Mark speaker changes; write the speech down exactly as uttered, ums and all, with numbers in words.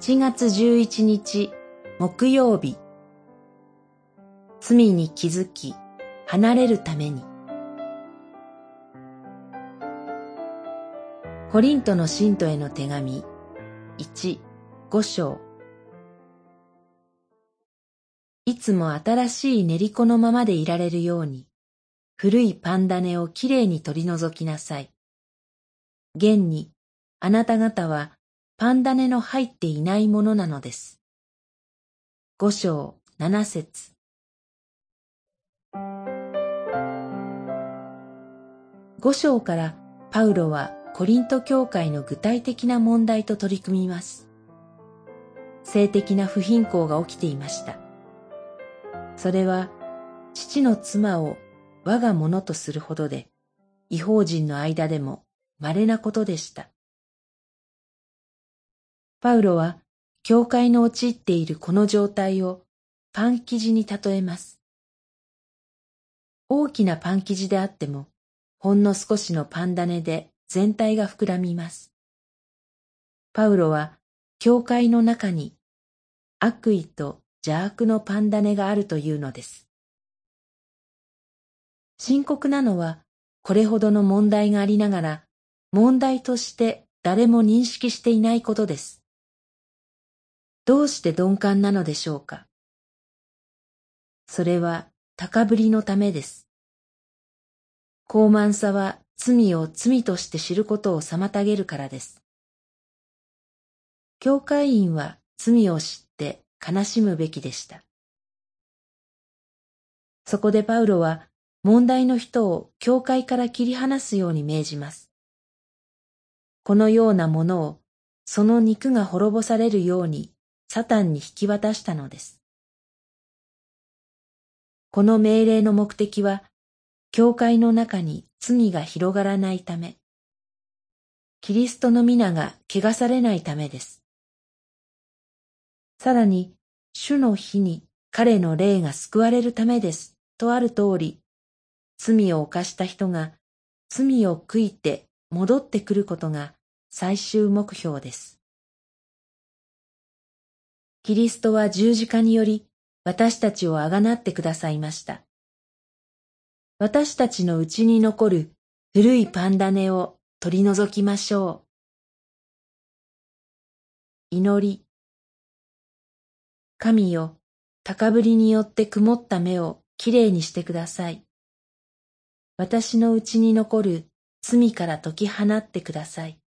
Speaker 1: ちがつじゅういちにち木曜日。罪に気づき離れるために。コリントの信徒への手紙いち、ご章。いつも新しい練り粉のままでいられるように、古いパン種をきれいに取り除きなさい。現に、あなた方はパン種の入っていないものなのです。ご章なな節。ご章からパウロはコリント教会の具体的な問題と取り組みます。性的な不貧困が起きていました。それは父の妻を我がものとするほどで、異邦人の間でも稀なことでした。パウロは教会の陥っているこの状態をパン生地に例えます。大きなパン生地であっても、ほんの少しのパン種で全体が膨らみます。パウロは教会の中に悪意と邪悪のパン種があるというのです。深刻なのは、これほどの問題がありながら、問題として誰も認識していないことです。どうして鈍感なのでしょうか。それは高ぶりのためです。高慢さは罪を罪として知ることを妨げるからです。教会員は罪を知って悲しむべきでした。そこでパウロは問題の人を教会から切り離すように命じます。このようなものをその肉が滅ぼされるようにサタンに引き渡したのです。この命令の目的は、教会の中に罪が広がらないため、キリストの皆が汚されないためです。さらに、主の日に彼の霊が救われるためですとある通り、罪を犯した人が罪を悔いて戻ってくることが最終目標です。キリストは十字架により私たちをあがなってくださいました。私たちのうちに残る古いパン種を取り除きましょう。祈り。神よ、高ぶりによって曇った目をきれいにしてください。私のうちに残る罪から解き放ってください。